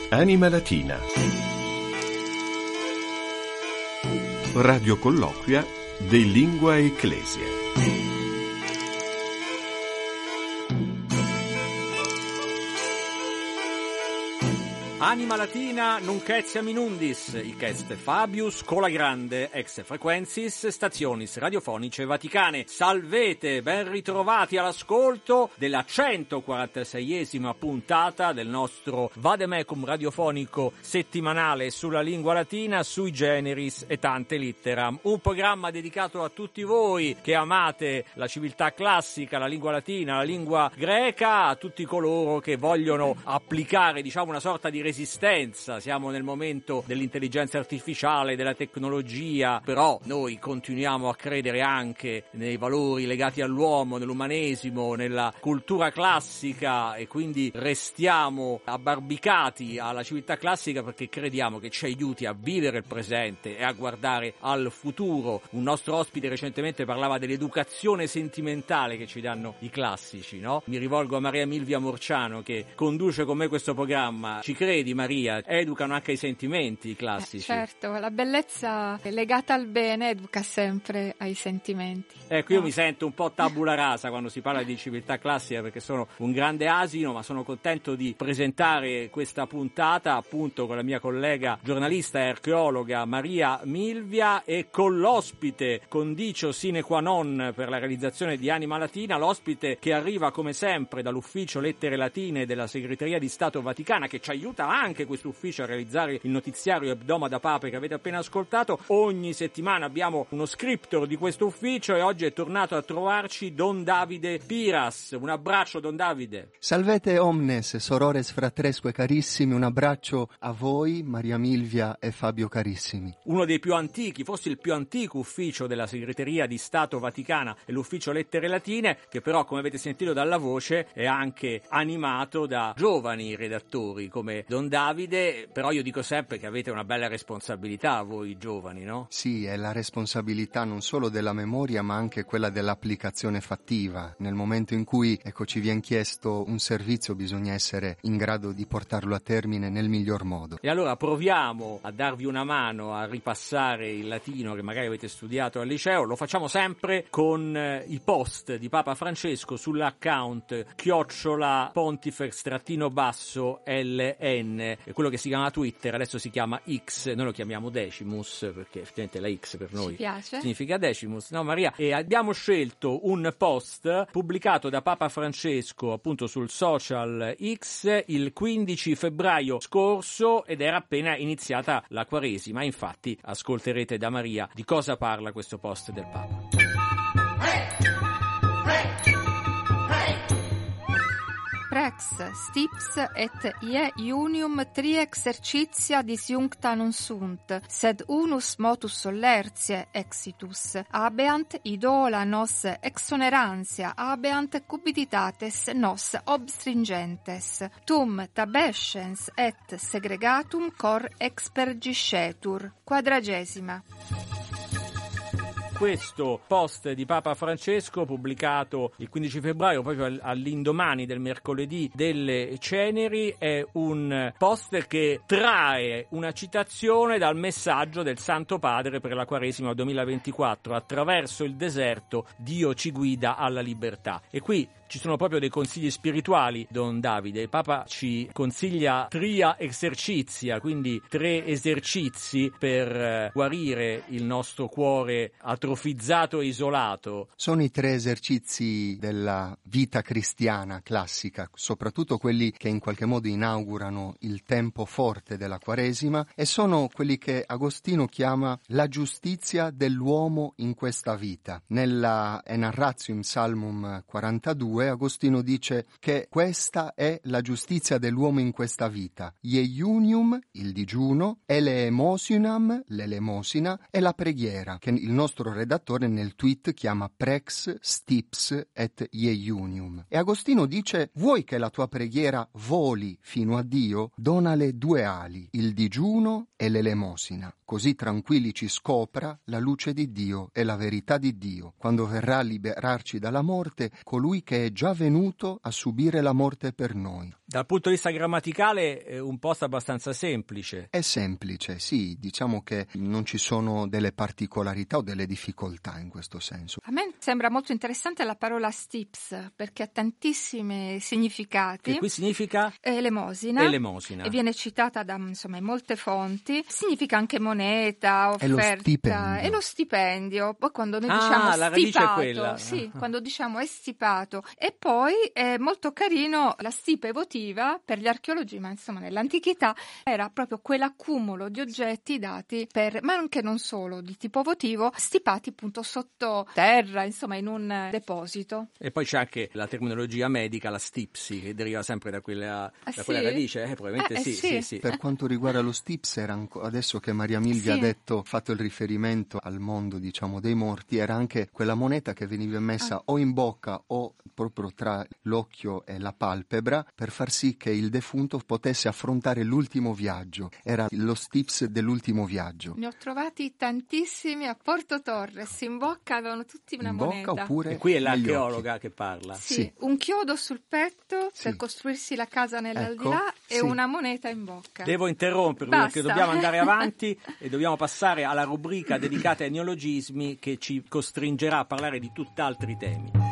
Anima Latina. Radio colloquia de Lingua Ecclesia. Anima Latina nunc etiam in undis, hic est Fabius Cola Grande, ex frequensis stationis radiofonice Vaticane. Salvete, ben ritrovati all'ascolto della 146esima puntata del nostro Vademecum radiofonico settimanale sulla lingua latina, sui generis e tante litteram. Un programma dedicato a tutti voi che amate la civiltà classica, la lingua latina, la lingua greca, a tutti coloro che vogliono applicare, una sorta di resistenza. Siamo nel momento dell'intelligenza artificiale, della tecnologia, però noi continuiamo a credere anche nei valori legati all'uomo, nell'umanesimo, nella cultura classica, e quindi restiamo abbarbicati alla civiltà classica perché crediamo che ci aiuti a vivere il presente e a guardare al futuro. Un nostro ospite recentemente parlava dell'educazione sentimentale che ci danno i classici, no? Mi rivolgo a Maria Milvia Morciano, che conduce con me questo programma. Ci credi, Maria? Educano anche i sentimenti, i classici. Certo, la bellezza legata al bene educa sempre ai sentimenti. Ecco, io mi sento un po' tabula rasa quando si parla di civiltà classica, perché sono un grande asino, ma sono contento di presentare questa puntata appunto con la mia collega giornalista e archeologa Maria Milvia, e con l'ospite condicio sine qua non per la realizzazione di Anima Latina, l'ospite che arriva come sempre dall'ufficio Lettere Latine della Segreteria di Stato Vaticana, che ci aiuta anche questo ufficio a realizzare il notiziario Ebdomada Pape che avete appena ascoltato. Ogni settimana abbiamo uno scriptor di questo ufficio e oggi è tornato a trovarci Don Davide Piras. Un abbraccio, Don Davide. Salvete omnes, sorores fratresque carissimi, un abbraccio a voi, Maria Milvia e Fabio carissimi. Uno dei più antichi, forse il più antico ufficio della Segreteria di Stato Vaticana è l'ufficio Lettere Latine, che però, come avete sentito dalla voce, è anche animato da giovani redattori come Don Davide. Però io dico sempre che avete una bella responsabilità voi giovani, no? Sì, è la responsabilità non solo della memoria ma anche quella dell'applicazione fattiva. Nel momento in cui ci viene chiesto un servizio bisogna essere in grado di portarlo a termine nel miglior modo. E allora proviamo a darvi una mano a ripassare il latino che magari avete studiato al liceo. Lo facciamo sempre con i post di Papa Francesco sull'account @pontifex_LN, quello che si chiama Twitter adesso si chiama X, noi lo chiamiamo Decimus perché effettivamente la X per noi significa Decimus, no Maria? E abbiamo scelto un post pubblicato da Papa Francesco appunto sul social X il 15 febbraio scorso, ed era appena iniziata la Quaresima. Infatti ascolterete da Maria di cosa parla questo post del Papa. Prex, stips et ie iunium tri exercitia disjuncta non sunt, sed unus motus solertiae exitus, habeant idola nos exonerantia, habeant cupiditates nos obstringentes, tum tabescens et segregatum cor expergiscetur. 40. Questo post di Papa Francesco pubblicato il 15 febbraio, proprio all'indomani del mercoledì delle ceneri, è un post che trae una citazione dal messaggio del Santo Padre per la Quaresima 2024: attraverso il deserto Dio ci guida alla libertà. E qui ci sono proprio dei consigli spirituali, Don Davide. Il Papa ci consiglia tria exercitia, quindi 3 esercizi per guarire il nostro cuore atrofizzato e isolato. Sono i 3 esercizi della vita cristiana classica, soprattutto quelli che in qualche modo inaugurano il tempo forte della Quaresima, e sono quelli che Agostino chiama la giustizia dell'uomo in questa vita. Nella Enarratio in Psalmum 42 Agostino dice che questa è la giustizia dell'uomo in questa vita: iunium, il digiuno, eleemosinam, l'elemosina, e la preghiera, che il nostro redattore nel tweet chiama prex, stips et iunium. E Agostino dice: vuoi che la tua preghiera voli fino a Dio? Donale 2 ali, il digiuno e l'elemosina, così tranquilli ci scopra la luce di Dio e la verità di Dio, quando verrà a liberarci dalla morte colui che è già venuto a subire la morte per noi. Dal punto di vista grammaticale è un post abbastanza semplice. È semplice, sì, diciamo che non ci sono delle particolarità o delle difficoltà in questo senso. A me sembra molto interessante la parola stips, perché ha tantissimi significati. Che qui significa? Elemosina. Elemosina. E viene citata da, insomma, in molte fonti. Significa anche moneta, offerta. È lo stipendio. Poi quando noi diciamo la radice stipato, è quella. sì, quando diciamo è stipato. E poi è molto carino la stipa evotiva per gli archeologi, ma insomma nell'antichità era proprio quell'accumulo di oggetti dati ma anche non solo di tipo votivo, stipati appunto sotto terra, insomma in un deposito. E poi c'è anche la terminologia medica, la stipsi, che deriva sempre da quella radice, probabilmente sì. Per quanto riguarda lo stips, adesso che Maria Milvia ha fatto il riferimento al mondo, diciamo, dei morti, era anche quella moneta che veniva messa o in bocca o proprio tra l'occhio e la palpebra per far sì che il defunto potesse affrontare l'ultimo viaggio. Era lo stips dell'ultimo viaggio. Ne ho trovati tantissimi a Porto Torres, in bocca avevano tutti una moneta. Oppure e qui è l'archeologa che parla. Sì, un chiodo sul petto per costruirsi la casa nell'aldilà e una moneta in bocca. Devo interrompervi perché dobbiamo andare avanti e dobbiamo passare alla rubrica dedicata ai neologismi che ci costringerà a parlare di tutt'altri temi.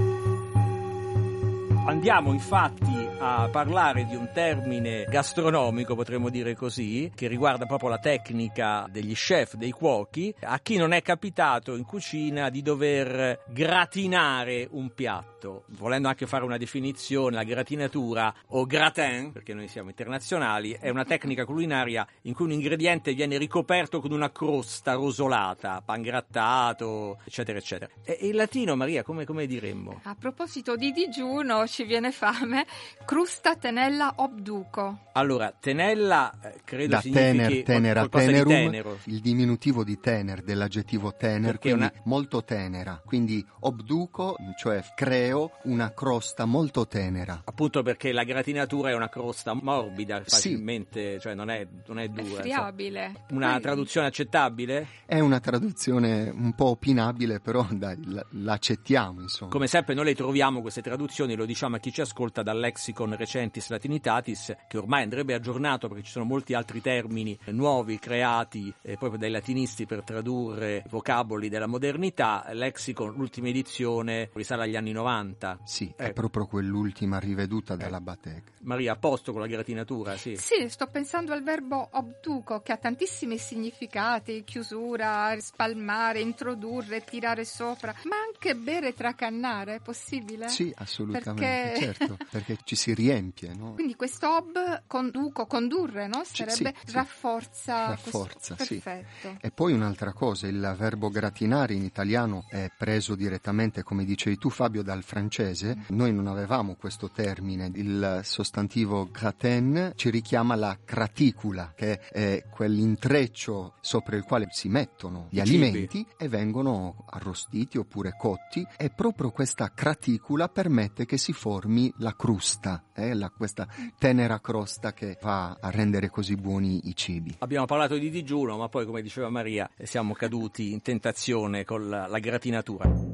Andiamo infatti a parlare di un termine gastronomico, potremmo dire così, che riguarda proprio la tecnica degli chef, dei cuochi. A chi non è capitato in cucina di dover gratinare un piatto, volendo anche fare una definizione, la gratinatura o gratin, perché noi siamo internazionali, è una tecnica culinaria in cui un ingrediente viene ricoperto con una crosta rosolata, pangrattato, eccetera, eccetera. E in latino, Maria, come diremmo? A proposito di digiuno, ci viene fame, crusta tenella obduco. Allora, tenella credo significhi qualcosa tenerum, di tenero. Il diminutivo di tener, dell'aggettivo tener, perché quindi molto tenera. Quindi obduco, cioè creo una crosta molto tenera. Appunto perché la gratinatura è una crosta morbida, facilmente, cioè non è dura. È friabile. Una traduzione accettabile? È una traduzione un po' opinabile, però dai, l'accettiamo, insomma. Come sempre noi le troviamo queste traduzioni, lo diciamo a chi ci ascolta, dal Lexicon Recentis Latinitatis, che ormai andrebbe aggiornato perché ci sono molti altri termini nuovi creati proprio dai latinisti per tradurre vocaboli della modernità. Lexicon, l'ultima edizione, risale agli anni 90. Sì, è proprio quell'ultima riveduta dalla Battec. Maria, a posto con la gratinatura? Sì, sto pensando al verbo obduco, che ha tantissimi significati: chiusura, spalmare, introdurre, tirare sopra, ma anche bere, tracannare, è possibile? Sì, assolutamente, certo, perché ci si riempie, no? Quindi questo condurre, no? Sarebbe rafforza, sì. Perfetto. E poi un'altra cosa, il verbo gratinare in italiano è preso direttamente, come dicevi tu Fabio, dal francese. Noi non avevamo questo termine, il sostantivo gratin ci richiama la craticula, che è quell'intreccio sopra il quale si mettono gli alimenti e vengono arrostiti oppure cotti, e proprio questa craticula permette che si formi la crusta, questa tenera crosta che va a rendere così buoni i cibi. Abbiamo parlato di digiuno, ma poi, come diceva Maria, siamo caduti in tentazione con la gratinatura.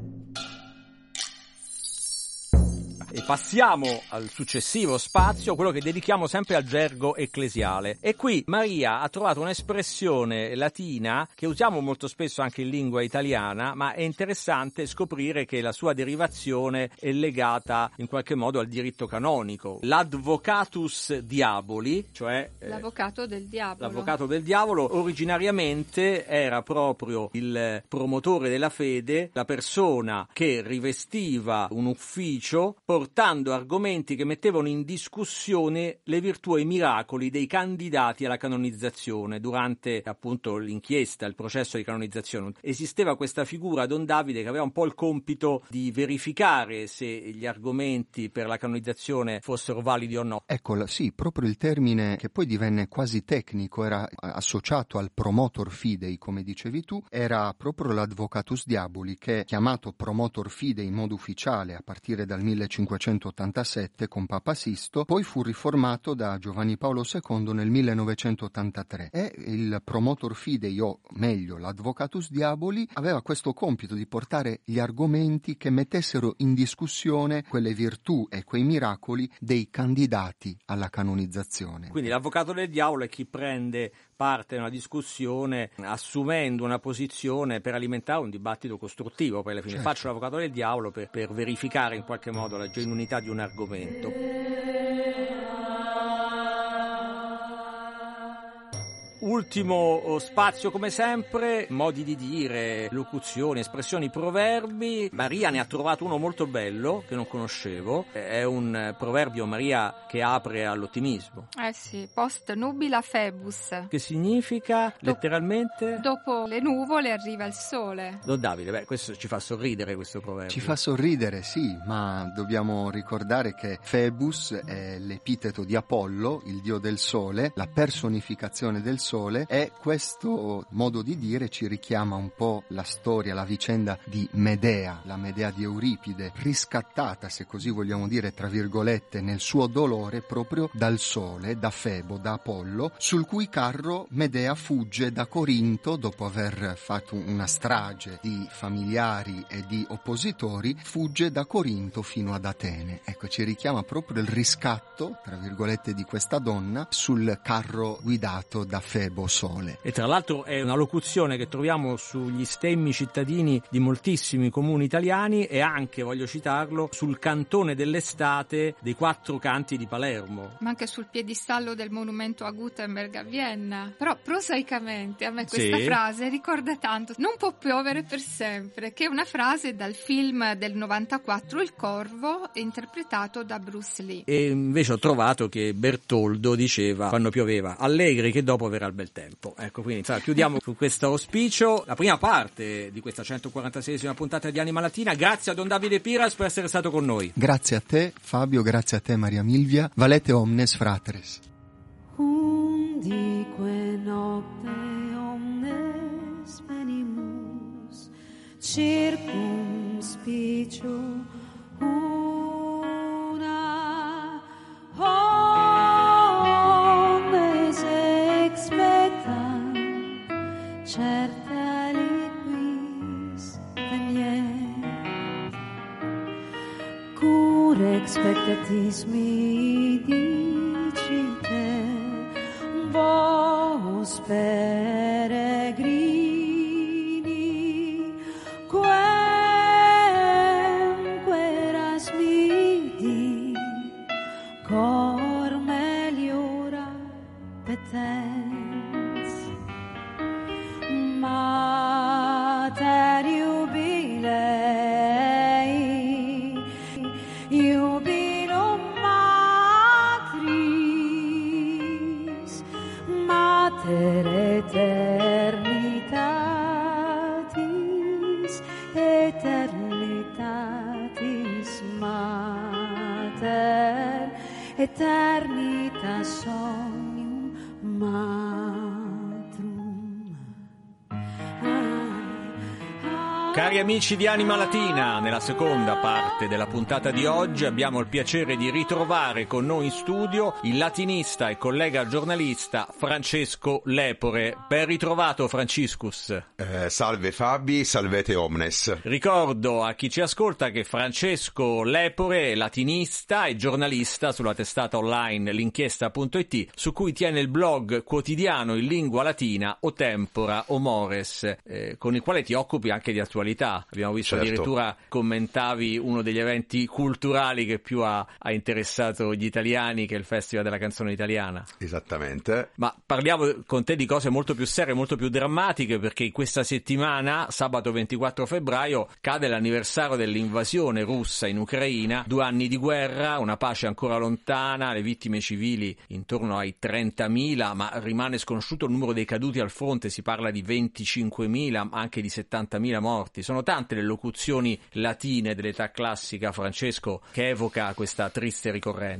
E passiamo al successivo spazio, quello che dedichiamo sempre al gergo ecclesiale. E qui Maria ha trovato un'espressione latina che usiamo molto spesso anche in lingua italiana, ma è interessante scoprire che la sua derivazione è legata in qualche modo al diritto canonico. L'advocatus diaboli, cioè l'avvocato del diavolo. L'avvocato del diavolo originariamente era proprio il promotore della fede, la persona che rivestiva un ufficio portando argomenti che mettevano in discussione le virtù e i miracoli dei candidati alla canonizzazione durante appunto l'inchiesta, il processo di canonizzazione. Esisteva questa figura, Don Davide, che aveva un po' il compito di verificare se gli argomenti per la canonizzazione fossero validi o no. Ecco, sì, proprio il termine che poi divenne quasi tecnico, era associato al promotor fidei, come dicevi tu, era proprio l'advocatus diaboli, che è chiamato promotor fidei in modo ufficiale a partire dal 1500 1587 con Papa Sisto, poi fu riformato da Giovanni Paolo II nel 1983 e il promotor fidei, o meglio l'advocatus diaboli, aveva questo compito di portare gli argomenti che mettessero in discussione quelle virtù e quei miracoli dei candidati alla canonizzazione. Quindi l'avvocato del diavolo è chi prende parte in una discussione assumendo una posizione per alimentare un dibattito costruttivo. Poi alla fine Certo. faccio l'avvocato del diavolo per verificare in qualche modo la genuinità di un argomento. Ultimo spazio come sempre, modi di dire, locuzioni, espressioni, proverbi. Maria ne ha trovato uno molto bello che non conoscevo, è un proverbio, Maria, che apre all'ottimismo. Sì, post nubila febus. Che significa letteralmente? Dopo le nuvole arriva il sole. Don Davide, questo ci fa sorridere, questo proverbio. Ci fa sorridere, sì, ma dobbiamo ricordare che Phoebus è l'epiteto di Apollo, il dio del sole, la personificazione del sole, e questo modo di dire ci richiama un po' la storia, la vicenda di Medea, la Medea di Euripide, riscattata, se così vogliamo dire, tra virgolette, nel suo dolore proprio dal sole, da Febo, da Apollo, sul cui carro Medea fugge da Corinto dopo aver fatto una strage di familiari e di oppositori, fugge da Corinto fino ad Atene. Ecco, ci richiama proprio il riscatto, tra virgolette, di questa donna sul carro guidato da Febo Sole. E tra l'altro è una locuzione che troviamo sugli stemmi cittadini di moltissimi comuni italiani e anche, voglio citarlo, sul cantone dell'estate dei 4 canti di Palermo. Ma anche sul piedistallo del monumento a Gutenberg a Vienna. Però prosaicamente a me questa frase ricorda tanto "Non può piovere per sempre", che è una frase dal film del 94 Il Corvo, interpretato da Bruce Lee. E invece ho trovato che Bertoldo diceva, quando pioveva: allegri che dopo verrà il bel tempo. Ecco, quindi chiudiamo su questo auspicio la prima parte di questa 146esima puntata di Anima Latina. Grazie a Don Davide Piras per essere stato con noi. Grazie a te Fabio, grazie a te Maria Milvia. Valete omnes fratres. Undique nocte omnes venimus circumspicio una omnes expectant certa liquis venient cur expectatis mi dicite vos peregrini quemque eras midi cor meliora petens mater jubilei jubilum matris mater eternitatis eternitatis mater eternitas omnium matrum. Cari amici di Anima Latina, nella seconda parte della puntata di oggi abbiamo il piacere di ritrovare con noi in studio il latinista e collega giornalista Francesco Lepore. Ben ritrovato, Franciscus. Salve Fabi, salvete omnes. Ricordo a chi ci ascolta che Francesco Lepore è latinista e giornalista sulla testata online l'inchiesta.it, su cui tiene il blog quotidiano in lingua latina O Tempora o Mores, con il quale ti occupi anche di attualità. Abbiamo visto, certo, addirittura commentavi uno degli eventi culturali che più ha interessato gli italiani, che è il Festival della Canzone Italiana. Esattamente. Ma parliamo con te di cose molto più serie, molto più drammatiche, perché in questa settimana, sabato 24 febbraio, cade l'anniversario dell'invasione russa in Ucraina. 2 anni di guerra, una pace ancora lontana, le vittime civili intorno ai 30.000, ma rimane sconosciuto il numero dei caduti al fronte, si parla di 25.000, anche di 70.000 morti. Sono tante le locuzioni latine dell'età classica, Francesco, che evoca questa triste ricorrenza.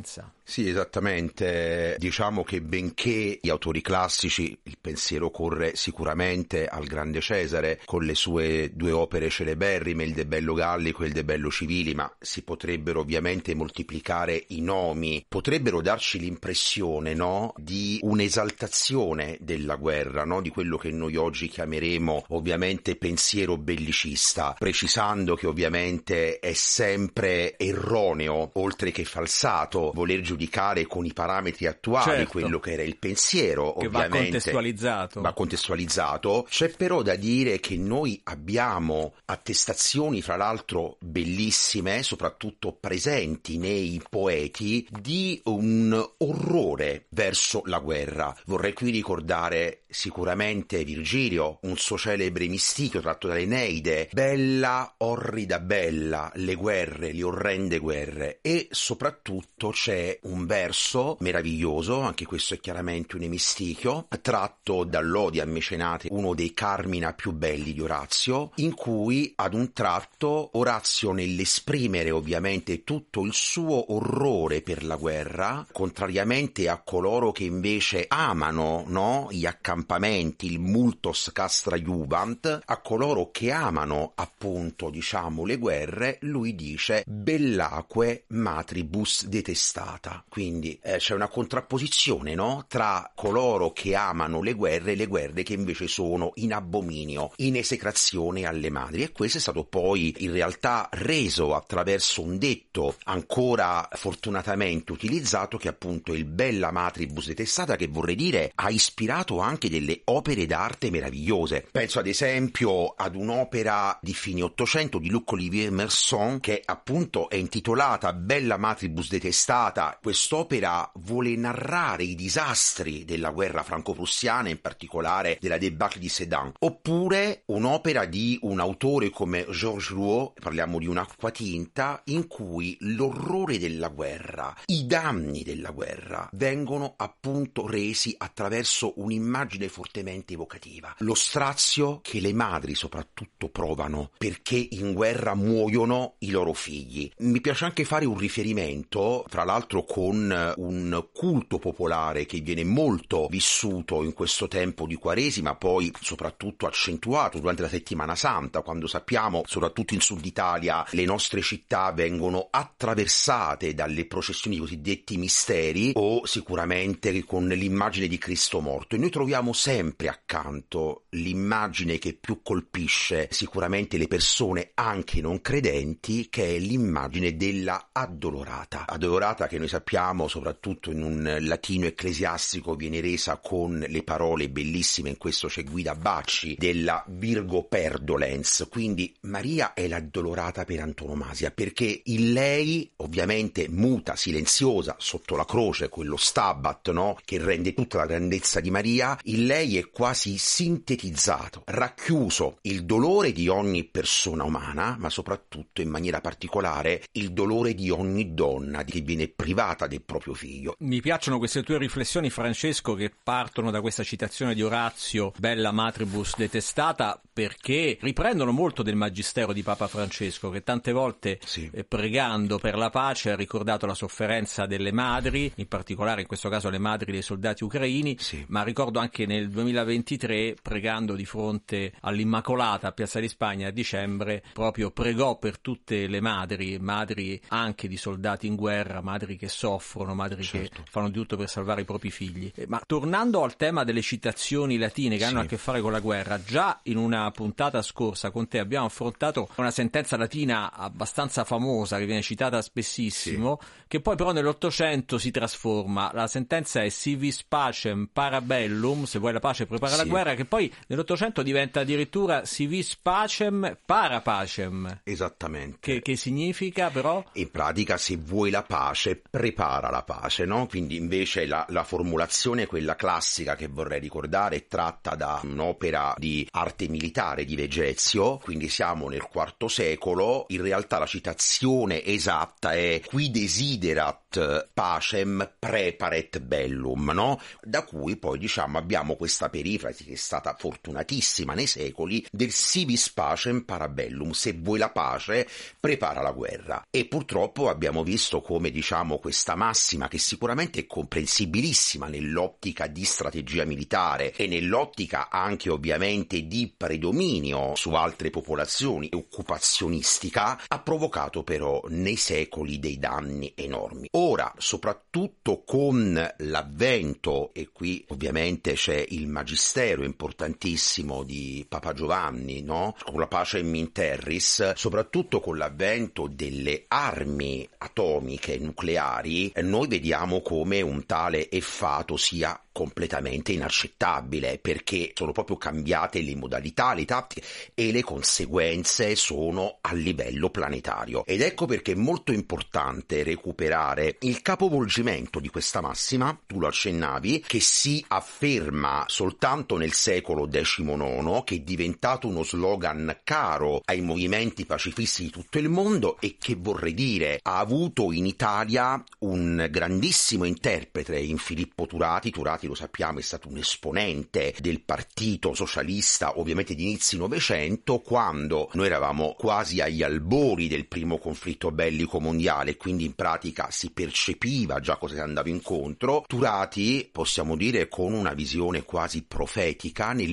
Sì, esattamente. Diciamo che benché gli autori classici, il pensiero corre sicuramente al grande Cesare con le sue due opere celeberrime, il De Bello Gallico e il De Bello Civili, ma si potrebbero ovviamente moltiplicare i nomi, potrebbero darci l'impressione, no, di un'esaltazione della guerra, no, di quello che noi oggi chiameremo ovviamente pensiero bellicista, precisando che ovviamente è sempre erroneo, oltre che falsato, voler giudicare con i parametri attuali, certo, quello che era il pensiero, che ovviamente va contestualizzato. C'è però da dire che noi abbiamo attestazioni, fra l'altro bellissime, soprattutto presenti nei poeti, di un orrore verso la guerra. Vorrei qui ricordare sicuramente Virgilio, un suo celebre mistichio tratto dall'Eneide: bella, orrida bella, le guerre, le orrende guerre. E soprattutto c'è un verso meraviglioso, anche questo è chiaramente un emistichio, tratto dall'Odia a Mecenate, uno dei Carmina più belli di Orazio, in cui ad un tratto Orazio, nell'esprimere ovviamente tutto il suo orrore per la guerra, contrariamente a coloro che invece amano, no, gli accampamenti, il multos castra juvant, a coloro che amano appunto, diciamo, le guerre, lui dice bellaque matribus detestata. Quindi c'è una contrapposizione, no, tra coloro che amano le guerre che invece sono in abominio, in esecrazione alle madri. E questo è stato poi in realtà reso attraverso un detto ancora fortunatamente utilizzato, che appunto è il bella matribus detestata, che vorrei dire ha ispirato anche delle opere d'arte meravigliose. Penso ad esempio ad un'opera di fine Ottocento di Luc Olivier Merson, che appunto è intitolata Bella matribus detestata. Quest'opera vuole narrare i disastri della guerra franco-prussiana, in particolare della débâcle di Sedan. Oppure un'opera di un autore come Georges Rouault, parliamo di Un'acquatinta, in cui l'orrore della guerra, i danni della guerra vengono appunto resi attraverso un'immagine fortemente evocativa. Lo strazio che le madri soprattutto provano perché in guerra muoiono i loro figli. Mi piace anche fare un riferimento, tra l'altro, con un culto popolare che viene molto vissuto in questo tempo di Quaresima, poi soprattutto accentuato durante la Settimana Santa, quando sappiamo, soprattutto in Sud Italia, le nostre città vengono attraversate dalle processioni cosiddetti misteri, o sicuramente con l'immagine di Cristo morto. E noi troviamo sempre accanto l'immagine che più colpisce sicuramente le persone anche non credenti, che è l'immagine della addolorata, che noi sappiamo soprattutto in un latino ecclesiastico viene resa con le parole bellissime, in questo c'è Guida Bacci, della Virgo Perdolens. Quindi Maria è l'addolorata per antonomasia, perché in lei, ovviamente muta, silenziosa, sotto la croce, quello stabat, no, che rende tutta la grandezza di Maria, in lei è quasi sintetizzato, racchiuso il dolore di ogni persona umana, ma soprattutto in maniera particolare il dolore di ogni donna che viene privata del proprio figlio. Mi piacciono queste tue riflessioni, Francesco, che partono da questa citazione di Orazio, bella matribus detestata, perché riprendono molto del magistero di Papa Francesco, che tante volte pregando per la pace ha ricordato la sofferenza delle madri, in particolare in questo caso le madri dei soldati ucraini, ma ricordo anche nel 2023, pregando di fronte all'Immacolata a Piazza di Spagna a dicembre, proprio pregò per tutte le madri anche di soldati in guerra, madri che soffrono, madri che fanno di tutto per salvare i propri figli. Ma tornando al tema delle citazioni latine che hanno a che fare con la guerra, già in una puntata scorsa con te abbiamo affrontato una sentenza latina abbastanza famosa che viene citata spessissimo, che poi però nell'Ottocento si trasforma. La sentenza è si vis pacem para bellum, se vuoi la pace prepara la guerra, che poi nell'Ottocento diventa addirittura si vis pacem para pacem. Esattamente. Che significa però? In pratica, se vuoi la pace, prepara la pace, no? Quindi invece la formulazione, quella classica che vorrei ricordare, è tratta da un'opera di arte militare militare di Vegezio, quindi siamo nel IV secolo. In realtà la citazione esatta è qui desiderat pacem preparet bellum, no? Da cui poi abbiamo questa perifrasi che è stata fortunatissima nei secoli del si vis pacem para bellum, se vuoi la pace prepara la guerra. E purtroppo abbiamo visto come questa massima, che sicuramente è comprensibilissima nell'ottica di strategia militare e nell'ottica anche ovviamente di predominio su altre popolazioni e occupazionistica, ha provocato però nei secoli dei danni enormi. Ora, soprattutto con l'avvento, e qui ovviamente c'è il magistero importantissimo di Papa Giovanni, no? Con la Pacem in Terris, soprattutto con l'avvento delle armi atomiche nucleari, noi vediamo come un tale effato sia completamente inaccettabile, perché sono proprio cambiate le modalità, le tattiche, e le conseguenze sono a livello planetario. Ed ecco perché è molto importante recuperare il capovolgimento di questa massima, tu lo accennavi, che si afferma soltanto nel secolo XIX, che è diventato uno slogan caro ai movimenti pacifisti di tutto il mondo e che, vorrei dire, ha avuto in Italia un grandissimo interprete in Filippo Turati. Turati, lo sappiamo, è stato un esponente del partito socialista ovviamente di inizi Novecento, quando noi eravamo quasi agli albori del primo conflitto bellico mondiale, quindi in pratica si percepiva già cosa andava incontro. Turati, possiamo dire, con una visione quasi profetica, nel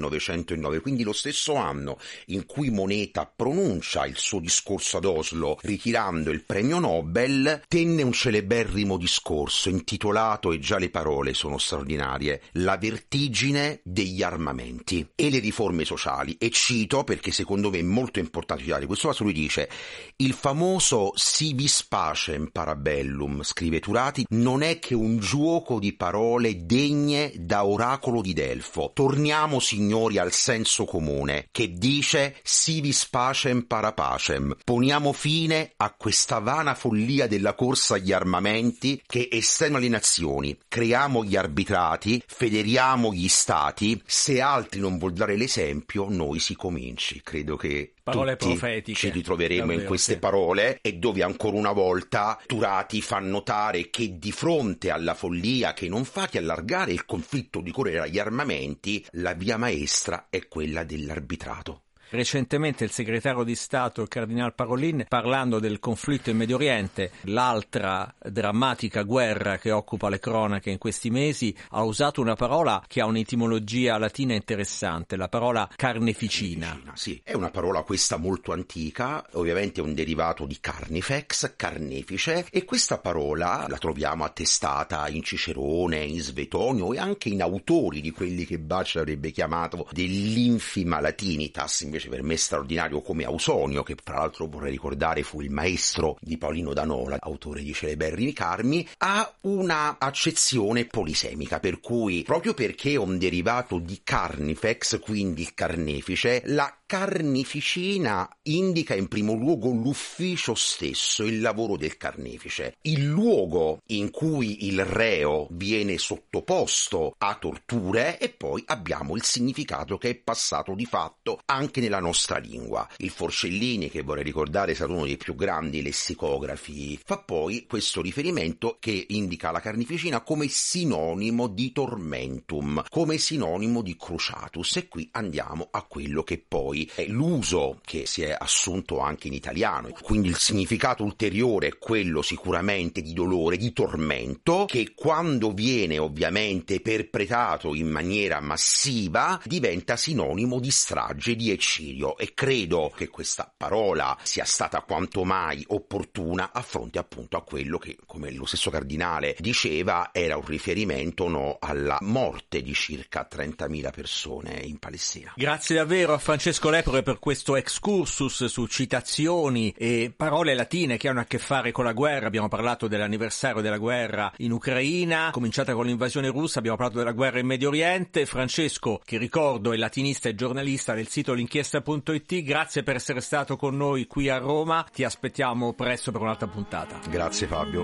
1909, quindi lo stesso anno in cui Moneta pronuncia il suo discorso ad Oslo ritirando il premio Nobel, tenne un celeberrimo discorso intitolato, e già le parole sono straordinarie, La vertigine degli armamenti e le riforme sociali. E cito perché secondo me è molto importante citare questo caso. Lui dice: il famoso si vis pacem para bellum, scrive Turati, non è che un gioco di parole degne da oracolo di Delfo. Torniamo, signori, al senso comune che dice si vis pacem para pacem. Poniamo fine a questa vana follia della corsa agli armamenti che esterna le nazioni, creiamo gli arbitrati, federiamo gli stati. Se altri non vuol dare l'esempio, noi si cominci. Credo che parole tutti profetiche, ci ritroveremo davvero, in queste sì. parole, e dove ancora una volta Turati fa notare che di fronte alla follia che non fa che allargare il conflitto di correre agli armamenti, la via maestra è quella dell'arbitrato. Recentemente il segretario di Stato, il Cardinal Parolin, parlando del conflitto in Medio Oriente, l'altra drammatica guerra che occupa le cronache in questi mesi, ha usato una parola che ha un'etimologia latina interessante, la parola carneficina. Sì, è una parola questa molto antica, ovviamente è un derivato di carnifex, carnefice, e questa parola la troviamo attestata in Cicerone, in Svetonio e anche in autori di quelli che Bacci avrebbe chiamato dell'infima latinitas, invece per me straordinario come Ausonio, che fra l'altro vorrei ricordare fu il maestro di Paolino da Nola, autore di celeberrimi Carmi. Ha una accezione polisemica, per cui proprio perché è un derivato di carnifex, quindi il carnefice, la carnificina indica in primo luogo l'ufficio stesso, il lavoro del carnefice, il luogo in cui il reo viene sottoposto a torture, e poi abbiamo il significato che è passato di fatto anche nella nostra lingua. Il Forcellini, che vorrei ricordare è stato uno dei più grandi lessicografi, fa poi questo riferimento che indica la carneficina come sinonimo di tormentum, come sinonimo di cruciatus, e qui andiamo a quello che poi è l'uso che si è assunto anche in italiano, quindi il significato ulteriore è quello sicuramente di dolore, di tormento, che quando viene ovviamente perpetrato in maniera massiva diventa sinonimo di strage, di eccidio, e credo che questa parola sia stata quanto mai opportuna a fronte appunto a quello che, come lo stesso cardinale diceva, era un riferimento alla morte di circa 30.000 persone in Palestina. Grazie davvero a Francesco Lepore per questo excursus su citazioni e parole latine che hanno a che fare con la guerra. Abbiamo parlato dell'anniversario della guerra in Ucraina, cominciata con l'invasione russa, abbiamo parlato della guerra in Medio Oriente. Francesco, che ricordo è latinista e giornalista del sito l'inchiesta.it, grazie per essere stato con noi qui a Roma, ti aspettiamo presto per un'altra puntata. Grazie Fabio.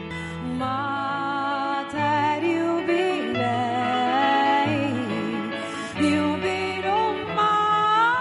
Mater iubilei, iubilum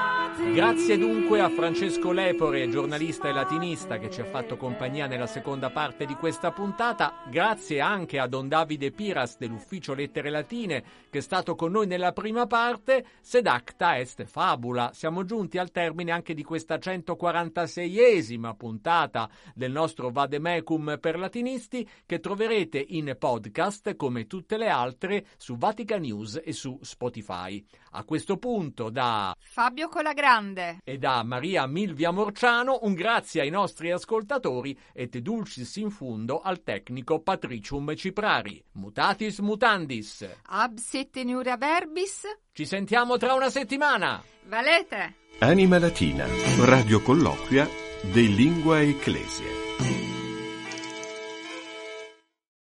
Grazie dunque a Francesco Lepore, giornalista e latinista, che ci ha fatto compagnia nella seconda parte di questa puntata. Grazie anche a Don Davide Piras dell'Ufficio Lettere Latine, che è stato con noi nella prima parte. Sed acta est fabula. Siamo giunti al termine anche di questa 146esima puntata del nostro Vademecum per latinisti, che troverete in podcast come tutte le altre su Vatican News e su Spotify. A questo punto da Fabio Colagrande e da Maria Milvia Morciano un grazie ai nostri ascoltatori et dulcis in fundo al tecnico Patricium Ciprari. Mutatis mutandis. ab settenura verbis. Ci sentiamo tra una settimana. Valete. Anima Latina, radio colloquia de Lingua Ecclesia.